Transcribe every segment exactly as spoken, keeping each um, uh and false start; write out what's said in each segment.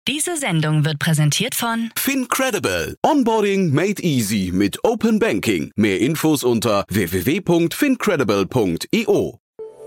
Diese Sendung wird präsentiert von FinCredible. Onboarding made easy mit Open Banking. Mehr Infos unter w w w punkt fincredible punkt i o.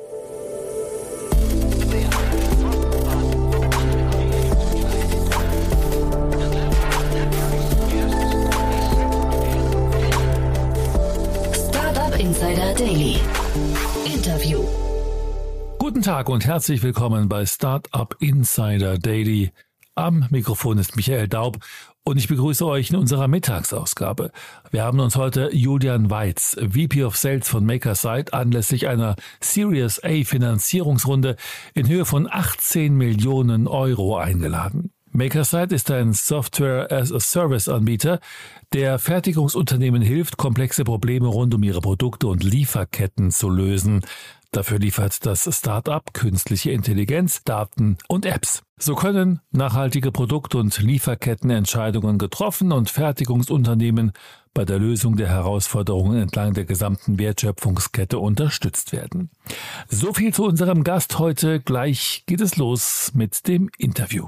Startup Insider Daily. Interview. Guten Tag und herzlich willkommen bei Startup Insider Daily. Am Mikrofon ist Michael Daub und ich begrüße euch in unserer Mittagsausgabe. Wir haben uns heute Julian Weitz, V P of Sales von Makersite, anlässlich einer Series A Finanzierungsrunde in Höhe von achtzehn Millionen Euro eingeladen. Makersite ist ein Software-as-a-Service-Anbieter, der Fertigungsunternehmen hilft, komplexe Probleme rund um ihre Produkte und Lieferketten zu lösen. Dafür liefert das Startup künstliche Intelligenz, Daten und Apps. So können nachhaltige Produkt- und Lieferkettenentscheidungen getroffen und Fertigungsunternehmen bei der Lösung der Herausforderungen entlang der gesamten Wertschöpfungskette unterstützt werden. So viel zu unserem Gast heute. Gleich geht es los mit dem Interview.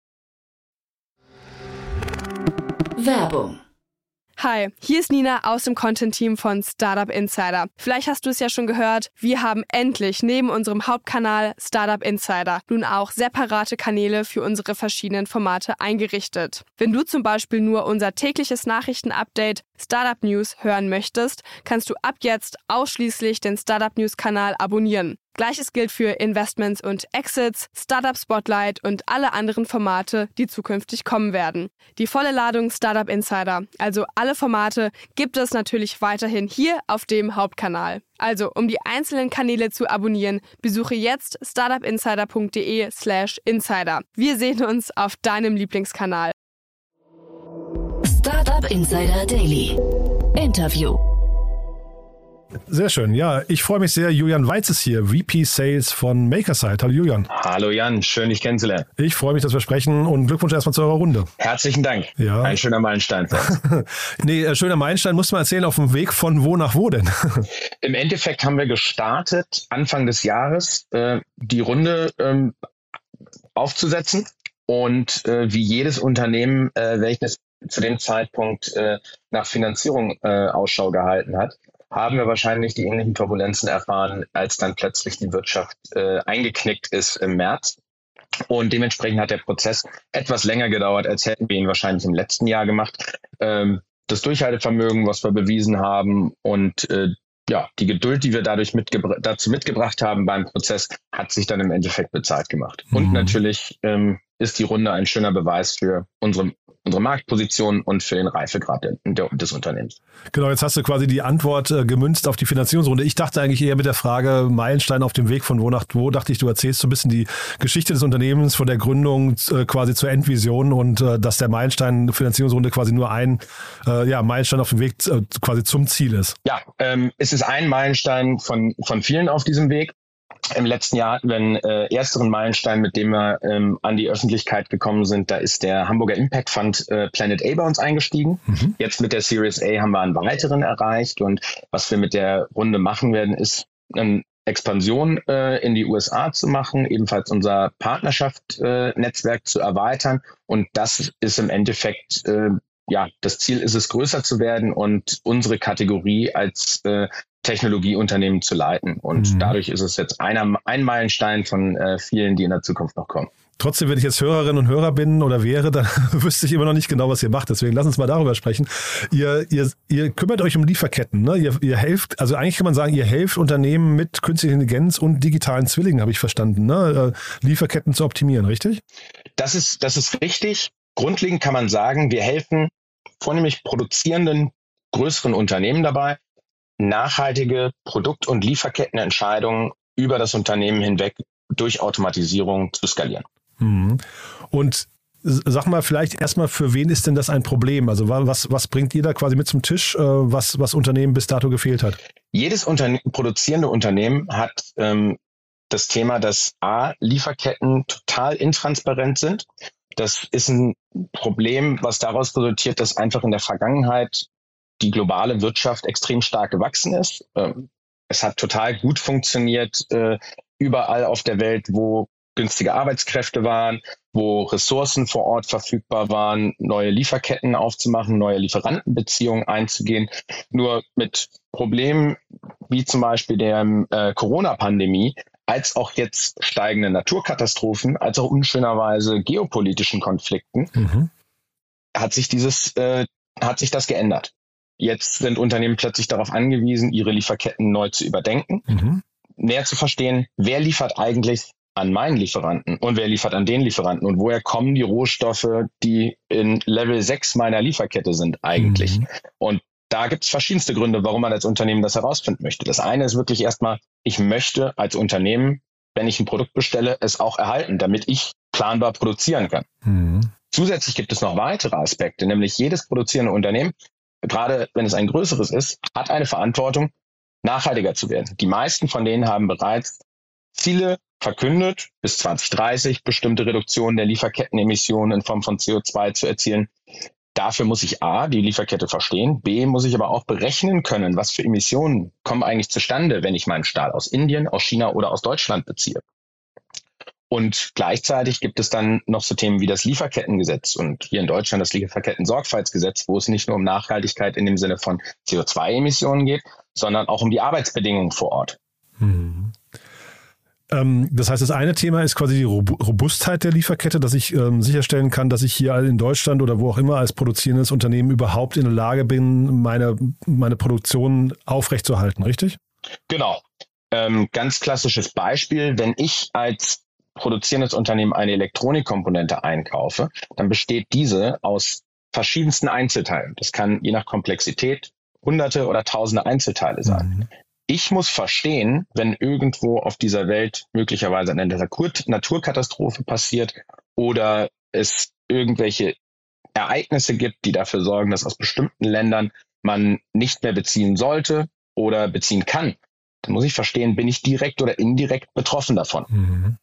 Werbung. Hi, hier ist Nina aus dem Content-Team von Startup Insider. Vielleicht hast du es ja schon gehört, wir haben endlich neben unserem Hauptkanal Startup Insider nun auch separate Kanäle für unsere verschiedenen Formate eingerichtet. Wenn du zum Beispiel nur unser tägliches Nachrichtenupdate Startup News hören möchtest, kannst du ab jetzt ausschließlich den Startup News-Kanal abonnieren. Gleiches gilt für Investments und Exits, Startup Spotlight und alle anderen Formate, die zukünftig kommen werden. Die volle Ladung Startup Insider, also alle Formate, gibt es natürlich weiterhin hier auf dem Hauptkanal. Also, um die einzelnen Kanäle zu abonnieren, besuche jetzt startupinsider punkt de slash insider. Wir sehen uns auf deinem Lieblingskanal. Startup Insider Daily. Interview. Sehr schön. Ja, ich freue mich sehr. Julian Weitz ist hier, V P Sales von Makersite. Hallo Julian. Hallo Jan, schön dich kennenzulernen. Ich freue mich, dass wir sprechen und Glückwunsch erstmal zu eurer Runde. Herzlichen Dank. Ja. Ein schöner Meilenstein für uns. nee, schöner Meilenstein, musst du mal erzählen, auf dem Weg von wo nach wo denn? Im Endeffekt haben wir gestartet, Anfang des Jahres, äh, die Runde ähm, aufzusetzen und äh, wie jedes Unternehmen, äh, welches zu dem Zeitpunkt äh, nach Finanzierung äh, Ausschau gehalten hat, haben wir wahrscheinlich die ähnlichen Turbulenzen erfahren, als dann plötzlich die Wirtschaft äh, eingeknickt ist im März. Und dementsprechend hat der Prozess etwas länger gedauert, als hätten wir ihn wahrscheinlich im letzten Jahr gemacht. Ähm, das Durchhaltevermögen, was wir bewiesen haben und äh, ja, die Geduld, die wir dadurch mitgebra- dazu mitgebracht haben beim Prozess, hat sich dann im Endeffekt bezahlt gemacht. Mhm. Und natürlich ähm, ist die Runde ein schöner Beweis für unsere unsere Marktposition und für den Reifegrad des Unternehmens. Genau, jetzt hast du quasi die Antwort äh, gemünzt auf die Finanzierungsrunde. Ich dachte eigentlich eher mit der Frage Meilenstein auf dem Weg von wo nach wo, dachte ich, du erzählst so ein bisschen die Geschichte des Unternehmens von der Gründung äh, quasi zur Endvision und äh, dass der Meilenstein Finanzierungsrunde quasi nur ein äh, ja, Meilenstein auf dem Weg äh, quasi zum Ziel ist. Ja, ähm, es ist ein Meilenstein von, von vielen auf diesem Weg. Im letzten Jahr hatten wir einen äh, ersteren Meilenstein, mit dem wir ähm, an die Öffentlichkeit gekommen sind. Da ist der Hamburger Impact Fund äh, Planet A bei uns eingestiegen. Mhm. Jetzt mit der Series A haben wir einen weiteren erreicht. Und was wir mit der Runde machen werden, ist eine Expansion äh, in die U S A zu machen, ebenfalls unser Partnerschaftsnetzwerk äh, zu erweitern. Und das ist im Endeffekt, äh, ja, das Ziel ist es, größer zu werden und unsere Kategorie als äh, Technologieunternehmen zu leiten. Und mhm. dadurch ist es jetzt einer, ein Meilenstein von äh, vielen, die in der Zukunft noch kommen. Trotzdem, wenn ich jetzt Hörerin und Hörer bin oder wäre, dann wüsste ich immer noch nicht genau, was ihr macht. Deswegen lass uns mal darüber sprechen. Ihr, ihr, ihr kümmert euch um Lieferketten. Ne? Ihr, ihr helft, also eigentlich kann man sagen, ihr helft Unternehmen mit künstlicher Intelligenz und digitalen Zwillingen, habe ich verstanden, ne? Lieferketten zu optimieren, richtig? Das ist, das ist richtig. Grundlegend kann man sagen, wir helfen vornehmlich produzierenden größeren Unternehmen dabei, nachhaltige Produkt- und Lieferkettenentscheidungen über das Unternehmen hinweg durch Automatisierung zu skalieren. Und sag mal vielleicht erstmal, für wen ist denn das ein Problem? Also was, was bringt ihr da quasi mit zum Tisch, was, was Unternehmen bis dato gefehlt hat? Jedes Unterne- produzierende Unternehmen hat ähm, das Thema, dass A, Lieferketten total intransparent sind. Das ist ein Problem, was daraus resultiert, dass einfach in der Vergangenheit die globale Wirtschaft extrem stark gewachsen ist. Es hat total gut funktioniert äh, überall auf der Welt, wo günstige Arbeitskräfte waren, wo Ressourcen vor Ort verfügbar waren, neue Lieferketten aufzumachen, neue Lieferantenbeziehungen einzugehen. Nur mit Problemen wie zum Beispiel der äh, Corona-Pandemie, als auch jetzt steigende Naturkatastrophen, als auch unschönerweise geopolitischen Konflikten, mhm. hat sich dieses, äh, hat sich das geändert. Jetzt sind Unternehmen plötzlich darauf angewiesen, ihre Lieferketten neu zu überdenken, mhm. näher zu verstehen, wer liefert eigentlich an meinen Lieferanten und wer liefert an den Lieferanten und woher kommen die Rohstoffe, die in Level sechs meiner Lieferkette sind eigentlich. Mhm. Und da gibt es verschiedenste Gründe, warum man als Unternehmen das herausfinden möchte. Das eine ist wirklich erstmal, ich möchte als Unternehmen, wenn ich ein Produkt bestelle, es auch erhalten, damit ich planbar produzieren kann. Mhm. Zusätzlich gibt es noch weitere Aspekte, nämlich jedes produzierende Unternehmen, gerade wenn es ein größeres ist, hat eine Verantwortung, nachhaltiger zu werden. Die meisten von denen haben bereits Ziele verkündet, bis zwanzig dreißig bestimmte Reduktionen der Lieferkettenemissionen in Form von C O zwei zu erzielen. Dafür muss ich A, die Lieferkette verstehen, B, muss ich aber auch berechnen können, was für Emissionen kommen eigentlich zustande, wenn ich meinen Stahl aus Indien, aus China oder aus Deutschland beziehe. Und gleichzeitig gibt es dann noch so Themen wie das Lieferkettengesetz und hier in Deutschland das Lieferketten-Sorgfaltsgesetz, wo es nicht nur um Nachhaltigkeit in dem Sinne von C O zwei Emissionen geht, sondern auch um die Arbeitsbedingungen vor Ort. Hm. Das heißt, das eine Thema ist quasi die Robustheit der Lieferkette, dass ich ähm, sicherstellen kann, dass ich hier in Deutschland oder wo auch immer als produzierendes Unternehmen überhaupt in der Lage bin, meine, meine Produktion aufrechtzuerhalten, richtig? Genau. Ähm, ganz klassisches Beispiel, wenn ich als produzierendes Unternehmen eine Elektronikkomponente einkaufe, dann besteht diese aus verschiedensten Einzelteilen. Das kann je nach Komplexität hunderte oder tausende Einzelteile sein. Mhm. Ich muss verstehen, wenn irgendwo auf dieser Welt möglicherweise eine Naturkatastrophe passiert oder es irgendwelche Ereignisse gibt, die dafür sorgen, dass aus bestimmten Ländern man nicht mehr beziehen sollte oder beziehen kann, dann muss ich verstehen, bin ich direkt oder indirekt betroffen davon. Mhm.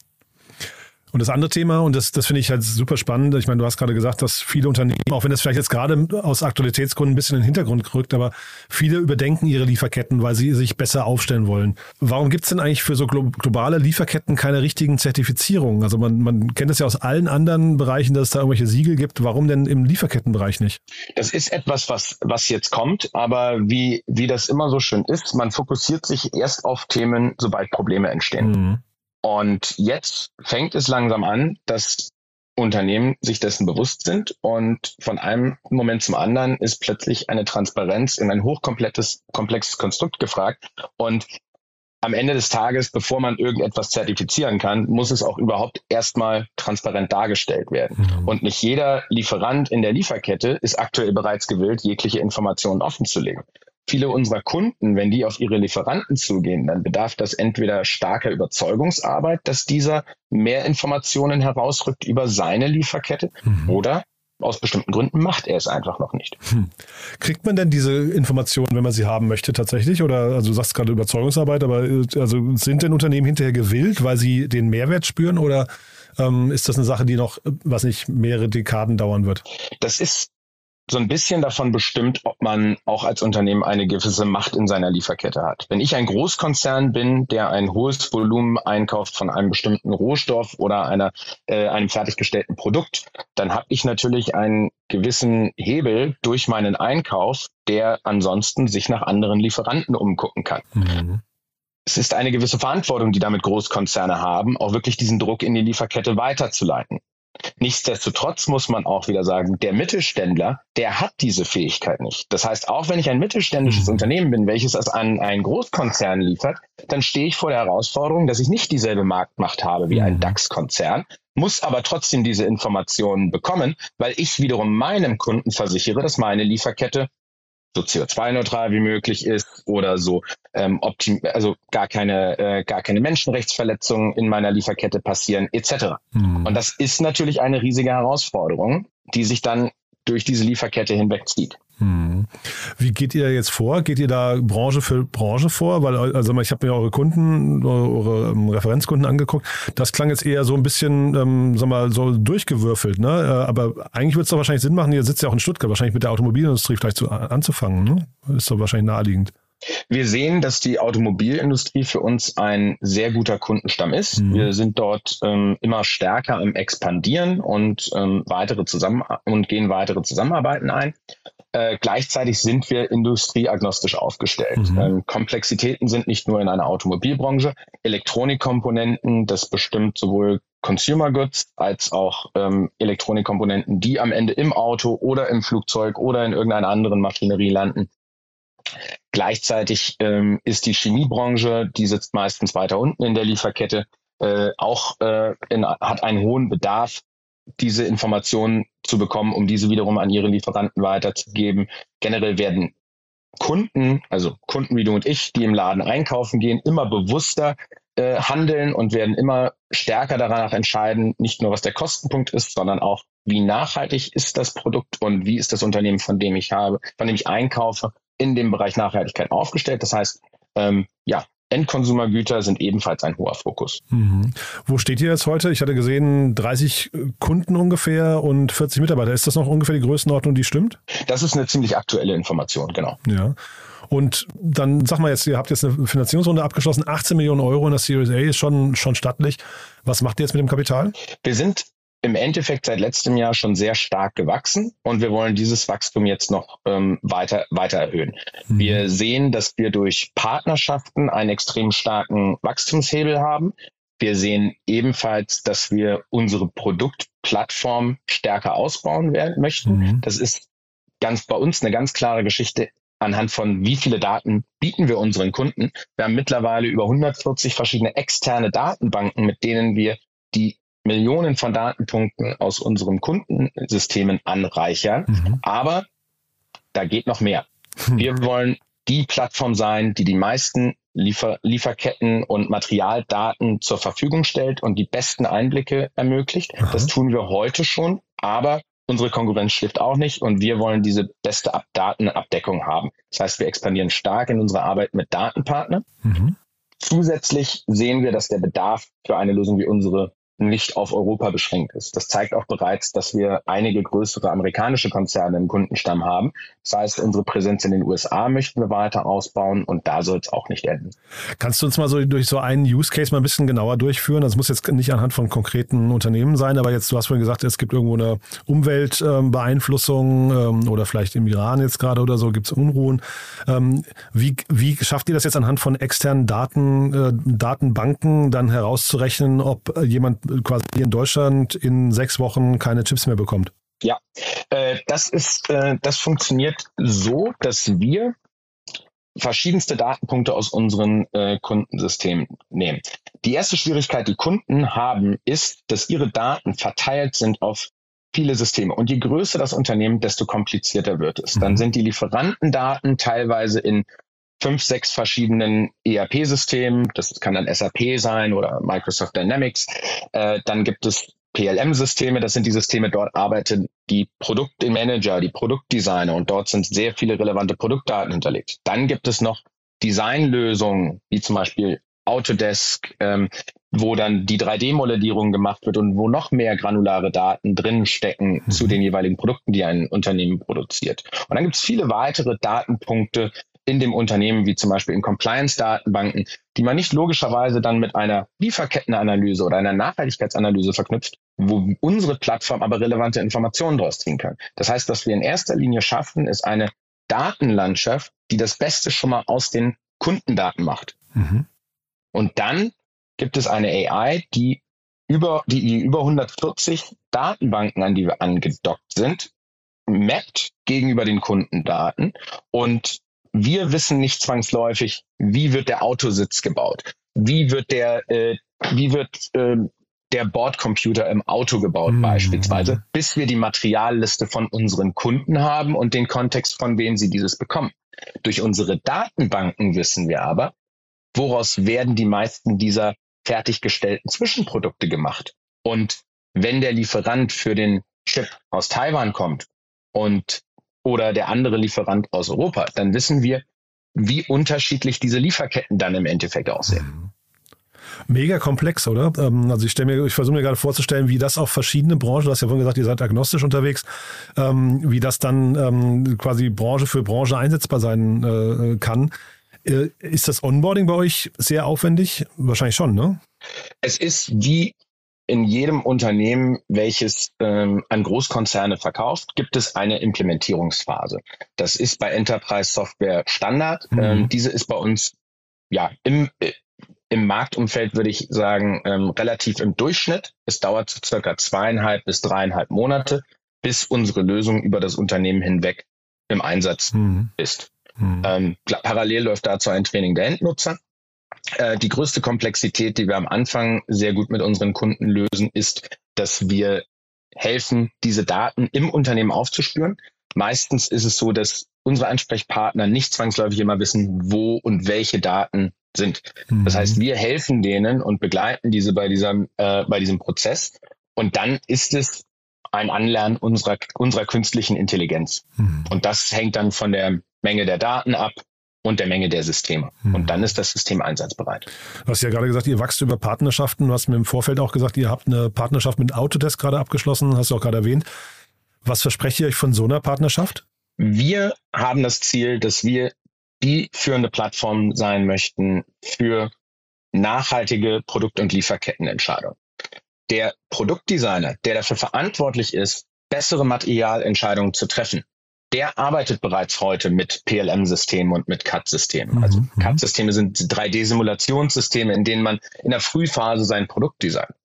Und das andere Thema, und das, das finde ich halt super spannend, ich meine, du hast gerade gesagt, dass viele Unternehmen, auch wenn das vielleicht jetzt gerade aus Aktualitätsgründen ein bisschen in den Hintergrund rückt, aber viele überdenken ihre Lieferketten, weil sie sich besser aufstellen wollen. Warum gibt es denn eigentlich für so globale Lieferketten keine richtigen Zertifizierungen? Also man, man kennt es ja aus allen anderen Bereichen, dass es da irgendwelche Siegel gibt. Warum denn im Lieferkettenbereich nicht? Das ist etwas, was, was jetzt kommt, aber wie, wie das immer so schön ist, man fokussiert sich erst auf Themen, sobald Probleme entstehen. Mhm. Und jetzt fängt es langsam an, dass Unternehmen sich dessen bewusst sind und von einem Moment zum anderen ist plötzlich eine Transparenz in ein hochkomplexes komplexes Konstrukt gefragt. Und am Ende des Tages, bevor man irgendetwas zertifizieren kann, muss es auch überhaupt erstmal transparent dargestellt werden. Mhm. Und nicht jeder Lieferant in der Lieferkette ist aktuell bereits gewillt, jegliche Informationen offenzulegen. Viele unserer Kunden, wenn die auf ihre Lieferanten zugehen, dann bedarf das entweder starker Überzeugungsarbeit, dass dieser mehr Informationen herausrückt über seine Lieferkette, mhm. oder aus bestimmten Gründen macht er es einfach noch nicht. Hm. Kriegt man denn diese Informationen, wenn man sie haben möchte, tatsächlich? Oder, also du sagst gerade Überzeugungsarbeit, aber also sind denn Unternehmen hinterher gewillt, weil sie den Mehrwert spüren? Oder ähm, ist das eine Sache, die noch, was nicht, mehrere Dekaden dauern wird? Das ist so ein bisschen davon bestimmt, ob man auch als Unternehmen eine gewisse Macht in seiner Lieferkette hat. Wenn ich ein Großkonzern bin, der ein hohes Volumen einkauft von einem bestimmten Rohstoff oder einer, äh, einem fertiggestellten Produkt, dann habe ich natürlich einen gewissen Hebel durch meinen Einkauf, der ansonsten sich nach anderen Lieferanten umgucken kann. Mhm. Es ist eine gewisse Verantwortung, die damit Großkonzerne haben, auch wirklich diesen Druck in die Lieferkette weiterzuleiten. Nichtsdestotrotz muss man auch wieder sagen, der Mittelständler, der hat diese Fähigkeit nicht. Das heißt, auch wenn ich ein mittelständisches mhm. Unternehmen bin, welches es an einen Großkonzern liefert, dann stehe ich vor der Herausforderung, dass ich nicht dieselbe Marktmacht habe wie ein DAX-Konzern, muss aber trotzdem diese Informationen bekommen, weil ich wiederum meinem Kunden versichere, dass meine Lieferkette so C O zwei neutral wie möglich ist oder so ähm, optim also gar keine äh, gar keine Menschenrechtsverletzungen in meiner Lieferkette passieren et cetera. Mhm. Und das ist natürlich eine riesige Herausforderung, die sich dann durch diese Lieferkette hinwegzieht. Hm. Wie geht ihr jetzt vor? Geht ihr da Branche für Branche vor? Weil, also ich habe mir eure Kunden, eure ähm, Referenzkunden angeguckt. Das klang jetzt eher so ein bisschen, ähm, sag mal, so durchgewürfelt, ne? Aber eigentlich wird es doch wahrscheinlich Sinn machen, ihr sitzt ja auch in Stuttgart, wahrscheinlich mit der Automobilindustrie vielleicht zu, anzufangen, ne? Ist doch wahrscheinlich naheliegend. Wir sehen, dass die Automobilindustrie für uns ein sehr guter Kundenstamm ist. Mhm. Wir sind dort ähm, immer stärker im Expandieren und ähm, weitere zusammen und gehen weitere Zusammenarbeiten ein. Äh, gleichzeitig sind wir industrieagnostisch aufgestellt. Mhm. Ähm, Komplexitäten sind nicht nur in einer Automobilbranche. Elektronikkomponenten, das bestimmt sowohl Consumer Goods als auch ähm, Elektronikkomponenten, die am Ende im Auto oder im Flugzeug oder in irgendeiner anderen Maschinerie landen. Gleichzeitig ähm, ist die Chemiebranche, die sitzt meistens weiter unten in der Lieferkette, äh, auch äh, in, hat einen hohen Bedarf, diese Informationen zu bekommen, um diese wiederum an ihre Lieferanten weiterzugeben. Generell werden Kunden, also Kunden wie du und ich, die im Laden einkaufen gehen, immer bewusster äh, handeln und werden immer stärker danach entscheiden, nicht nur was der Kostenpunkt ist, sondern auch, wie nachhaltig ist das Produkt und wie ist das Unternehmen, von dem ich habe, von dem ich einkaufe, in dem Bereich Nachhaltigkeit aufgestellt. Das heißt, ähm, ja, Endkonsumergüter sind ebenfalls ein hoher Fokus. Mhm. Wo steht ihr jetzt heute? Ich hatte gesehen, dreißig Kunden ungefähr und vierzig Mitarbeiter. Ist das noch ungefähr die Größenordnung, die stimmt? Das ist eine ziemlich aktuelle Information, genau. Ja. Und dann sag mal jetzt, ihr habt jetzt eine Finanzierungsrunde abgeschlossen, achtzehn Millionen Euro in der Series A, ist schon, schon stattlich. Was macht ihr jetzt mit dem Kapital? Wir sind im Endeffekt seit letztem Jahr schon sehr stark gewachsen und wir wollen dieses Wachstum jetzt noch ähm, weiter, weiter erhöhen. Mhm. Wir sehen, dass wir durch Partnerschaften einen extrem starken Wachstumshebel haben. Wir sehen ebenfalls, dass wir unsere Produktplattform stärker ausbauen werden möchten. Mhm. Das ist ganz bei uns eine ganz klare Geschichte anhand von wie viele Daten bieten wir unseren Kunden. Wir haben mittlerweile über hundertvierzig verschiedene externe Datenbanken, mit denen wir die Millionen von Datenpunkten aus unseren Kundensystemen anreichern. Mhm. Aber da geht noch mehr. Mhm. Wir wollen die Plattform sein, die die meisten Liefer- Lieferketten und Materialdaten zur Verfügung stellt und die besten Einblicke ermöglicht. Aha. Das tun wir heute schon, aber unsere Konkurrenz schläft auch nicht und wir wollen diese beste Ab- Datenabdeckung haben. Das heißt, wir expandieren stark in unserer Arbeit mit Datenpartnern. Mhm. Zusätzlich sehen wir, dass der Bedarf für eine Lösung wie unsere nicht auf Europa beschränkt ist. Das zeigt auch bereits, dass wir einige größere amerikanische Konzerne im Kundenstamm haben. Das heißt, unsere Präsenz in den U S A möchten wir weiter ausbauen und da soll es auch nicht enden. Kannst du uns mal so durch so einen Use Case mal ein bisschen genauer durchführen? Das muss jetzt nicht anhand von konkreten Unternehmen sein, aber jetzt, du hast vorhin gesagt, es gibt irgendwo eine Umweltbeeinflussung ähm, oder vielleicht im Iran jetzt gerade oder so gibt es Unruhen. Ähm, wie, wie schafft ihr das jetzt anhand von externen Daten, äh, Datenbanken dann herauszurechnen, ob jemand quasi in Deutschland in sechs Wochen keine Chips mehr bekommt? Ja, äh, das ist, äh, das funktioniert so, dass wir verschiedenste Datenpunkte aus unseren äh, Kundensystemen nehmen. Die erste Schwierigkeit, die Kunden haben, ist, dass ihre Daten verteilt sind auf viele Systeme. Und je größer das Unternehmen, desto komplizierter wird es. Mhm. Dann sind die Lieferantendaten teilweise in fünf, sechs verschiedenen E R P-Systemen. Das kann dann S A P sein oder Microsoft Dynamics. Äh, dann gibt es P L M-Systeme. Das sind die Systeme, dort arbeiten die Produktmanager, die Produktdesigner und dort sind sehr viele relevante Produktdaten hinterlegt. Dann gibt es noch Designlösungen, wie zum Beispiel Autodesk, ähm, wo dann die drei D-Modellierung gemacht wird und wo noch mehr granulare Daten drin stecken mhm. zu den jeweiligen Produkten, die ein Unternehmen produziert. Und dann gibt es viele weitere Datenpunkte in dem Unternehmen, wie zum Beispiel in Compliance-Datenbanken, die man nicht logischerweise dann mit einer Lieferkettenanalyse oder einer Nachhaltigkeitsanalyse verknüpft, wo unsere Plattform aber relevante Informationen daraus ziehen kann. Das heißt, was wir in erster Linie schaffen, ist eine Datenlandschaft, die das Beste schon mal aus den Kundendaten macht. Mhm. Und dann gibt es eine A I, die über die, die über hundertvierzig Datenbanken, an die wir angedockt sind, mappt gegenüber den Kundendaten und wir wissen nicht zwangsläufig, wie wird der Autositz gebaut, wie wird der, äh, wie wird äh, der Bordcomputer im Auto gebaut mhm. beispielsweise, bis wir die Materialliste von unseren Kunden haben und den Kontext, von wem sie dieses bekommen. Durch unsere Datenbanken wissen wir aber, woraus werden die meisten dieser fertiggestellten Zwischenprodukte gemacht. Und wenn der Lieferant für den Chip aus Taiwan kommt und oder der andere Lieferant aus Europa, dann wissen wir, wie unterschiedlich diese Lieferketten dann im Endeffekt aussehen. Mega komplex, oder? Also ich stelle mir, ich versuche mir gerade vorzustellen, wie das auf verschiedene Branchen, du hast ja vorhin gesagt, ihr seid agnostisch unterwegs, wie das dann quasi Branche für Branche einsetzbar sein kann. Äh, ist das Onboarding bei euch sehr aufwendig? Wahrscheinlich schon, ne? Es ist wie in jedem Unternehmen, welches ähm, an Großkonzerne verkauft, gibt es eine Implementierungsphase. Das ist bei Enterprise Software Standard. Mhm. Ähm, diese ist bei uns ja im, äh, im Marktumfeld, würde ich sagen, ähm, relativ im Durchschnitt. Es dauert so circa zweieinhalb bis dreieinhalb Monate, bis unsere Lösung über das Unternehmen hinweg im Einsatz mhm. ist. Mhm. Ähm, parallel läuft dazu ein Training der Endnutzer. Äh, die größte Komplexität, die wir am Anfang sehr gut mit unseren Kunden lösen, ist, dass wir helfen, diese Daten im Unternehmen aufzuspüren. Meistens ist es so, dass unsere Ansprechpartner nicht zwangsläufig immer wissen, wo und welche Daten sind. Mhm. Das heißt, wir helfen denen und begleiten diese bei diesem, äh, bei diesem Prozess. Und dann ist es ein Anlernen unserer, unserer künstlichen Intelligenz. Mhm. Und das hängt dann von der Menge der Daten ab und der Menge der Systeme. Hm. Und dann ist das System einsatzbereit. Du hast ja gerade gesagt, ihr wachst über Partnerschaften. Du hast mir im Vorfeld auch gesagt, ihr habt eine Partnerschaft mit Autodesk gerade abgeschlossen, hast du auch gerade erwähnt. Was versprecht ihr euch von so einer Partnerschaft? Wir haben das Ziel, dass wir die führende Plattform sein möchten für nachhaltige Produkt- und Lieferkettenentscheidungen. Der Produktdesigner, der dafür verantwortlich ist, bessere Materialentscheidungen zu treffen, der arbeitet bereits heute mit P L M-Systemen und mit C A D-Systemen. Also Mhm. C A D-Systeme sind drei D-Simulationssysteme, in denen man in der Frühphase sein Produkt designt.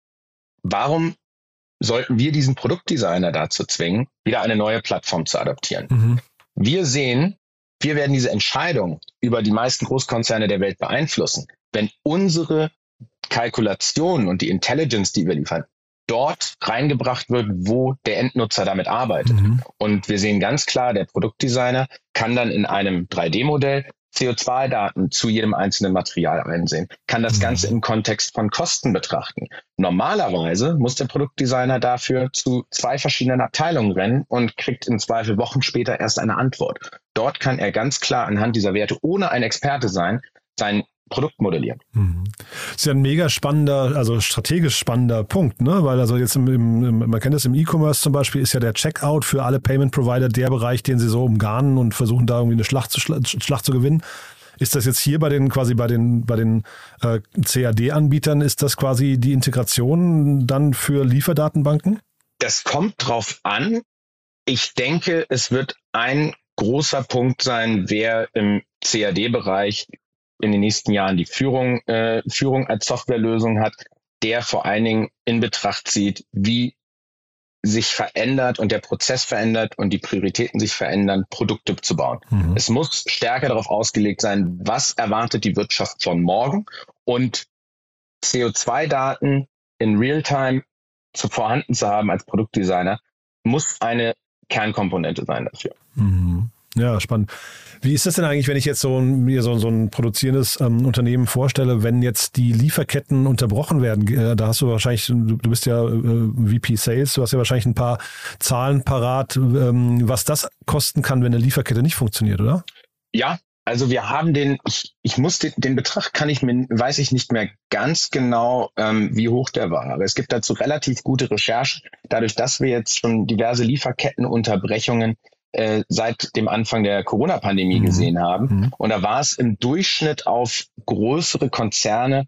Warum sollten wir diesen Produktdesigner dazu zwingen, wieder eine neue Plattform zu adaptieren? Mhm. Wir sehen, wir werden diese Entscheidung über die meisten Großkonzerne der Welt beeinflussen, wenn unsere Kalkulationen und die Intelligence, die wir liefern, dort reingebracht wird, wo der Endnutzer damit arbeitet. Mhm. Und wir sehen ganz klar, der Produktdesigner kann dann in einem drei D-Modell C O zwei Daten zu jedem einzelnen Material einsehen, kann das Mhm. Ganze im Kontext von Kosten betrachten. Normalerweise muss der Produktdesigner dafür zu zwei verschiedenen Abteilungen rennen und kriegt im Zweifel Wochen später erst eine Antwort. Dort kann er ganz klar anhand dieser Werte, ohne ein Experte sein, sein Produkt modellieren. Mhm. Das ist ja ein mega spannender, also strategisch spannender Punkt, ne? Weil also jetzt im, im, im man kennt das im E-Commerce zum Beispiel, ist ja der Checkout für alle Payment-Provider der Bereich, den sie so umgarnen und versuchen da irgendwie eine Schlacht zu, Schlacht zu gewinnen. Ist das jetzt hier bei den quasi bei den bei den äh, C A D-Anbietern, ist das quasi die Integration dann für Lieferdatenbanken? Das kommt drauf an. Ich denke, es wird ein großer Punkt sein, wer im C A D-Bereich in den nächsten Jahren die Führung, äh, Führung als Softwarelösung hat, der vor allen Dingen in Betracht zieht, wie sich verändert und der Prozess verändert und die Prioritäten sich verändern, Produkte zu bauen. Mhm. Es muss stärker darauf ausgelegt sein, was erwartet die Wirtschaft von morgen, und C O zwei Daten in Realtime zu vorhanden zu haben als Produktdesigner, muss eine Kernkomponente sein dafür. Mhm. Ja, spannend. Wie ist das denn eigentlich, wenn ich jetzt so, mir so, so ein produzierendes ähm, Unternehmen vorstelle, wenn jetzt die Lieferketten unterbrochen werden? Äh, da hast du wahrscheinlich, du, du bist ja äh, V P Sales, du hast ja wahrscheinlich ein paar Zahlen parat, ähm, was das kosten kann, wenn eine Lieferkette nicht funktioniert, oder? Ja, also wir haben den, ich, ich muss den, den Betrag kann ich mir, weiß ich nicht mehr ganz genau, ähm, wie hoch der war. Aber es gibt dazu relativ gute Recherchen, dadurch, dass wir jetzt schon diverse Lieferkettenunterbrechungen äh, seit dem Anfang der Corona-Pandemie mhm. gesehen haben. Mhm. Und da war es im Durchschnitt auf größere Konzerne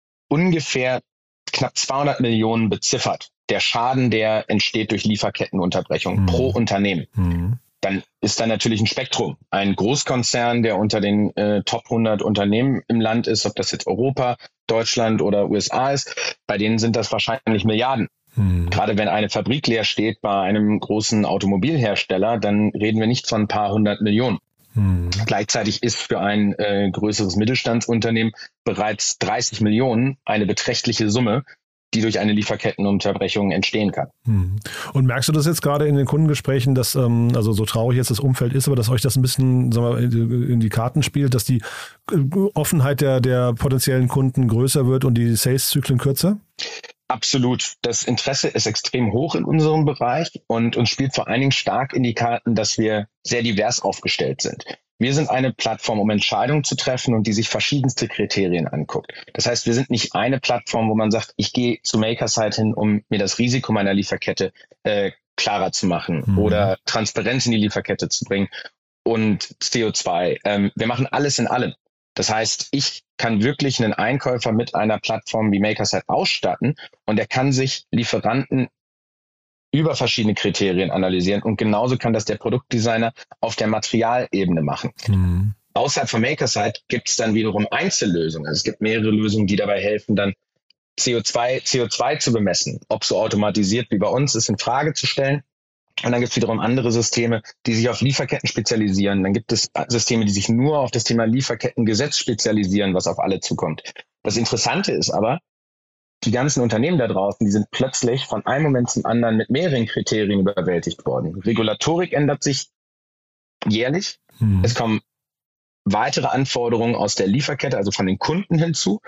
ungefähr knapp zweihundert Millionen beziffert. Der Schaden, der entsteht durch Lieferkettenunterbrechung mhm. pro Unternehmen. Mhm. Dann ist da natürlich ein Spektrum. Ein Großkonzern, der unter den äh, Top hundert Unternehmen im Land ist, ob das jetzt Europa, Deutschland oder U S A ist, bei denen sind das wahrscheinlich Milliarden. Hm. Gerade wenn eine Fabrik leer steht bei einem großen Automobilhersteller, dann reden wir nicht von ein paar hundert Millionen. Hm. Gleichzeitig ist für ein äh, größeres Mittelstandsunternehmen bereits dreißig Millionen eine beträchtliche Summe, die durch eine Lieferkettenunterbrechung entstehen kann. Hm. Und merkst du das jetzt gerade in den Kundengesprächen, dass, ähm, also so traurig jetzt das Umfeld ist, aber dass euch das ein bisschen, sagen wir, in die Karten spielt, dass die Offenheit der, der potenziellen Kunden größer wird und die Sales-Zyklen kürzer? Absolut. Das Interesse ist extrem hoch in unserem Bereich und uns spielt vor allen Dingen stark in die Karten, dass wir sehr divers aufgestellt sind. Wir sind eine Plattform, um Entscheidungen zu treffen und die sich verschiedenste Kriterien anguckt. Das heißt, wir sind nicht eine Plattform, wo man sagt, ich gehe zu Makerside hin, um mir das Risiko meiner Lieferkette äh, klarer zu machen mhm. oder Transparenz in die Lieferkette zu bringen und C O zwei. Ähm, wir machen alles in allem. Das heißt, ich kann wirklich einen Einkäufer mit einer Plattform wie Makersite ausstatten und er kann sich Lieferanten über verschiedene Kriterien analysieren und genauso kann das der Produktdesigner auf der Materialebene machen. Mhm. Außerhalb von Makersite gibt es dann wiederum Einzellösungen. Also es gibt mehrere Lösungen, die dabei helfen, dann C O zwei, C O zwei zu bemessen. Ob so automatisiert wie bei uns ist in Frage zu stellen. Und dann gibt es wiederum andere Systeme, die sich auf Lieferketten spezialisieren. Dann gibt es Systeme, die sich nur auf das Thema Lieferkettengesetz spezialisieren, was auf alle zukommt. Das Interessante ist aber, die ganzen Unternehmen da draußen, die sind plötzlich von einem Moment zum anderen mit mehreren Kriterien überwältigt worden. Regulatorik ändert sich jährlich. Hm. Es kommen weitere Anforderungen aus der Lieferkette, also von den Kunden hinzu.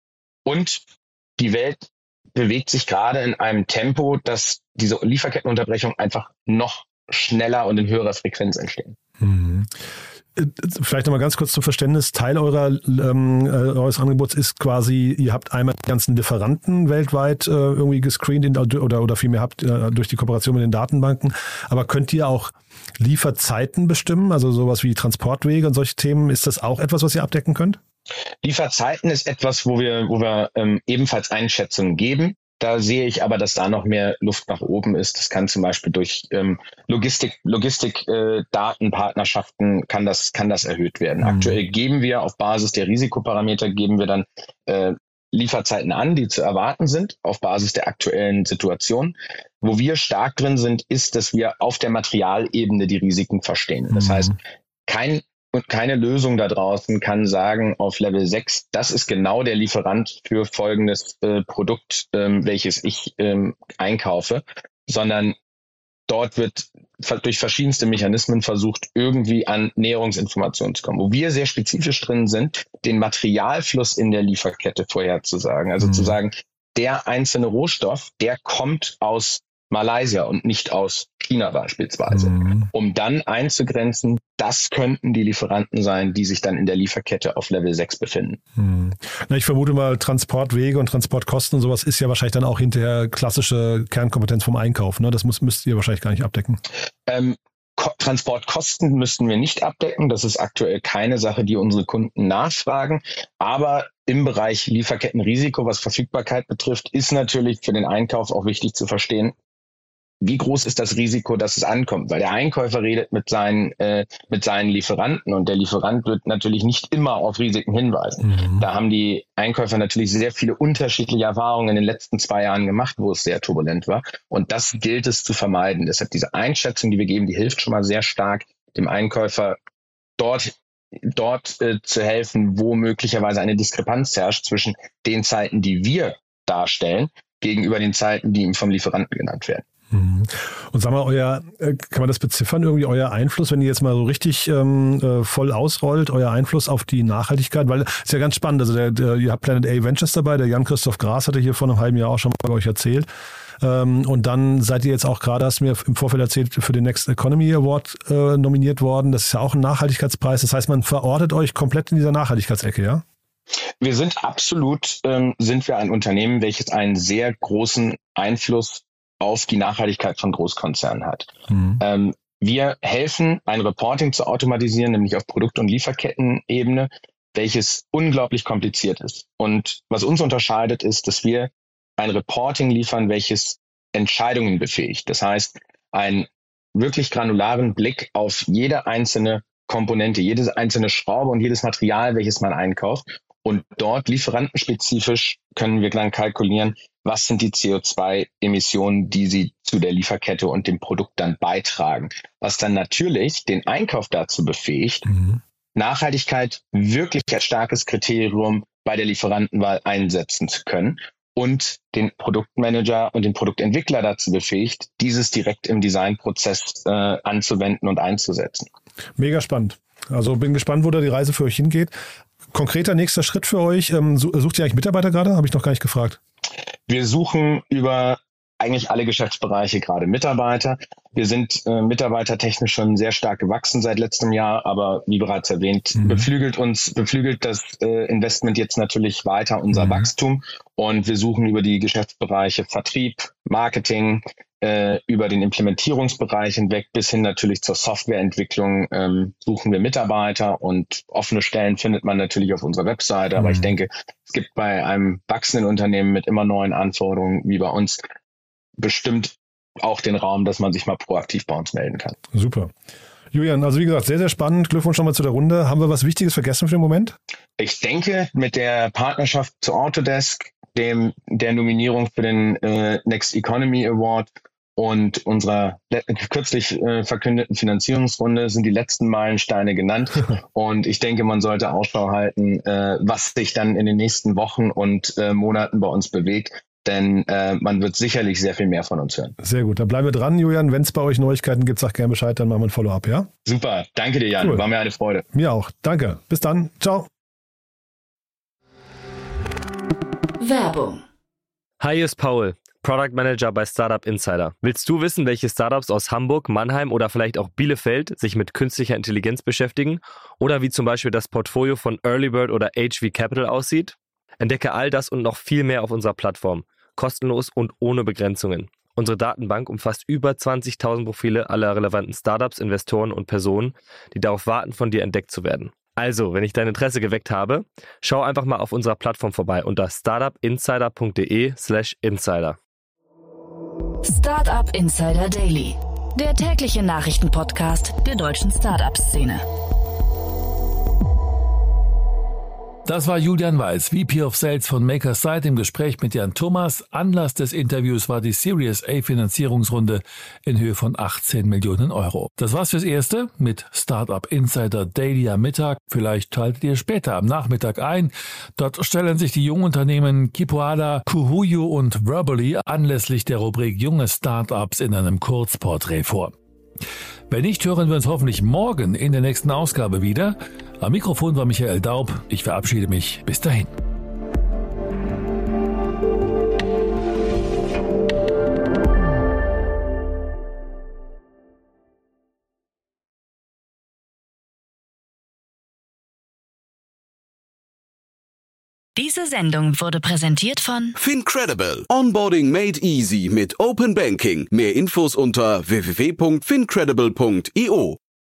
Und die Welt bewegt sich gerade in einem Tempo, dass diese Lieferkettenunterbrechungen einfach noch schneller und in höherer Frequenz entstehen. Hm. Vielleicht nochmal ganz kurz zum Verständnis. Teil eurer, ähm, eures Angebots ist quasi, ihr habt einmal die ganzen Lieferanten weltweit äh, irgendwie gescreent in, oder, oder vielmehr habt äh, durch die Kooperation mit den Datenbanken. Aber könnt ihr auch Lieferzeiten bestimmen? Also sowas wie Transportwege und solche Themen. Ist das auch etwas, was ihr abdecken könnt? Lieferzeiten ist etwas, wo wir, wo wir ähm, ebenfalls Einschätzungen geben. Da sehe ich aber, dass da noch mehr Luft nach oben ist. Das kann zum Beispiel durch ähm, Logistik, Logistik, äh, Datenpartnerschaften kann das, kann das erhöht werden. Mhm. Aktuell geben wir auf Basis der Risikoparameter geben wir dann äh, Lieferzeiten an, die zu erwarten sind auf Basis der aktuellen Situation. Wo wir stark drin sind, ist, dass wir auf der Materialebene die Risiken verstehen. Das mhm. heißt, kein Und keine Lösung da draußen kann sagen auf Level sechs, das ist genau der Lieferant für folgendes äh, Produkt, ähm, welches ich ähm, einkaufe, sondern dort wird durch verschiedenste Mechanismen versucht, irgendwie an Näherungsinformationen zu kommen. Wo wir sehr spezifisch drin sind, den Materialfluss in der Lieferkette vorherzusagen. Also mhm. zu sagen, der einzelne Rohstoff, der kommt aus Malaysia und nicht aus China beispielsweise, mhm. um dann einzugrenzen, das könnten die Lieferanten sein, die sich dann in der Lieferkette auf Level sechs befinden. Mhm. Na, ich vermute mal, Transportwege und Transportkosten und sowas ist ja wahrscheinlich dann auch hinterher klassische Kernkompetenz vom Einkauf. Ne? Das muss, müsst ihr wahrscheinlich gar nicht abdecken. Ähm, Ko- Transportkosten müssten wir nicht abdecken. Das ist aktuell keine Sache, die unsere Kunden nachfragen. Aber im Bereich Lieferkettenrisiko, was Verfügbarkeit betrifft, ist natürlich für den Einkauf auch wichtig zu verstehen, wie groß ist das Risiko, dass es ankommt? Weil der Einkäufer redet mit seinen, äh, mit seinen Lieferanten und der Lieferant wird natürlich nicht immer auf Risiken hinweisen. Mhm. Da haben die Einkäufer natürlich sehr viele unterschiedliche Erfahrungen in den letzten zwei Jahren gemacht, wo es sehr turbulent war. Und das gilt es zu vermeiden. Deshalb diese Einschätzung, die wir geben, die hilft schon mal sehr stark, dem Einkäufer dort dort äh, zu helfen, wo möglicherweise eine Diskrepanz herrscht zwischen den Zeiten, die wir darstellen, gegenüber den Zeiten, die ihm vom Lieferanten genannt werden. Und sag mal, euer, kann man das beziffern, irgendwie euer Einfluss, wenn ihr jetzt mal so richtig ähm, voll ausrollt, euer Einfluss auf die Nachhaltigkeit? Weil es ist ja ganz spannend, also der, der, ihr habt Planet A Ventures dabei, der Jan-Christoph Gras hatte hier vor einem halben Jahr auch schon mal bei euch erzählt. Ähm, und dann seid ihr jetzt auch gerade, hast du mir im Vorfeld erzählt, für den Next Economy Award äh, nominiert worden. Das ist ja auch ein Nachhaltigkeitspreis. Das heißt, man verortet euch komplett in dieser Nachhaltigkeitsecke, ja? Wir sind absolut, ähm, sind wir ein Unternehmen, welches einen sehr großen Einfluss auf die Nachhaltigkeit von Großkonzernen hat. Mhm. Ähm, wir helfen, ein Reporting zu automatisieren, nämlich auf Produkt- und Lieferkettenebene, welches unglaublich kompliziert ist. Und was uns unterscheidet, ist, dass wir ein Reporting liefern, welches Entscheidungen befähigt. Das heißt, einen wirklich granularen Blick auf jede einzelne Komponente, jede einzelne Schraube und jedes Material, welches man einkauft. Und dort lieferantenspezifisch können wir dann kalkulieren, was sind die C O zwei Emissionen, die sie zu der Lieferkette und dem Produkt dann beitragen. Was dann natürlich den Einkauf dazu befähigt, mhm. Nachhaltigkeit wirklich als starkes Kriterium bei der Lieferantenwahl einsetzen zu können und den Produktmanager und den Produktentwickler dazu befähigt, dieses direkt im Designprozess äh, anzuwenden und einzusetzen. Mega spannend. Also bin gespannt, wo da die Reise für euch hingeht. Konkreter nächster Schritt für euch. Ähm, sucht ihr eigentlich Mitarbeiter gerade? Habe ich noch gar nicht gefragt. Wir suchen über eigentlich alle Geschäftsbereiche gerade Mitarbeiter. Wir sind äh, mitarbeitertechnisch schon sehr stark gewachsen seit letztem Jahr, aber wie bereits erwähnt, mhm. beflügelt uns, beflügelt das äh, Investment jetzt natürlich weiter unser mhm. Wachstum und wir suchen über die Geschäftsbereiche Vertrieb, Marketing, äh, über den Implementierungsbereich hinweg bis hin natürlich zur Softwareentwicklung ähm, suchen wir Mitarbeiter, und offene Stellen findet man natürlich auf unserer Webseite. Aber mhm. ich denke, es gibt bei einem wachsenden Unternehmen mit immer neuen Anforderungen wie bei uns bestimmt auch den Raum, dass man sich mal proaktiv bei uns melden kann. Super. Julian, also wie gesagt, sehr, sehr spannend. Glückwunsch nochmal zu der Runde. Haben wir was Wichtiges vergessen für den Moment? Ich denke, mit der Partnerschaft zu Autodesk, dem der Nominierung für den äh, Next Economy Award und unserer le- kürzlich äh, verkündeten Finanzierungsrunde sind die letzten Meilensteine genannt. Und ich denke, man sollte Ausschau halten, äh, was sich dann in den nächsten Wochen und äh, Monaten bei uns bewegt. Denn äh, man wird sicherlich sehr viel mehr von uns hören. Sehr gut, dann bleiben wir dran, Julian. Wenn es bei euch Neuigkeiten gibt, sag gerne Bescheid, dann machen wir ein Follow-up, ja? Super, danke dir, Jan. Cool. War mir eine Freude. Mir auch, danke. Bis dann, ciao. Werbung. Hi, hier ist Paul, Product Manager bei Startup Insider. Willst du wissen, welche Startups aus Hamburg, Mannheim oder vielleicht auch Bielefeld sich mit künstlicher Intelligenz beschäftigen? Oder wie zum Beispiel das Portfolio von Earlybird oder H V Capital aussieht? Entdecke all das und noch viel mehr auf unserer Plattform. Kostenlos und ohne Begrenzungen. Unsere Datenbank umfasst über zwanzigtausend Profile aller relevanten Startups, Investoren und Personen, die darauf warten, von dir entdeckt zu werden. Also, wenn ich dein Interesse geweckt habe, schau einfach mal auf unserer Plattform vorbei unter startupinsider.de slash insider. Startup Insider Daily, der tägliche Nachrichtenpodcast der deutschen Startup-Szene. Das war Julian Weiß, V P of Sales von MakerSite im Gespräch mit Jan Thomas. Anlass des Interviews war die Series A Finanzierungsrunde in Höhe von achtzehn Millionen Euro. Das war's fürs Erste mit Startup Insider Daily am Mittag. Vielleicht schaltet ihr später am Nachmittag ein. Dort stellen sich die Jungunternehmen Kipoala, Kuhuyu und Verbally anlässlich der Rubrik Junge Startups in einem Kurzporträt vor. Wenn nicht, hören wir uns hoffentlich morgen in der nächsten Ausgabe wieder. Am Mikrofon war Michael Daub. Ich verabschiede mich. Bis dahin. Diese Sendung wurde präsentiert von FinCredible. Onboarding made easy mit Open Banking. Mehr Infos unter w w w punkt fincredible punkt i o.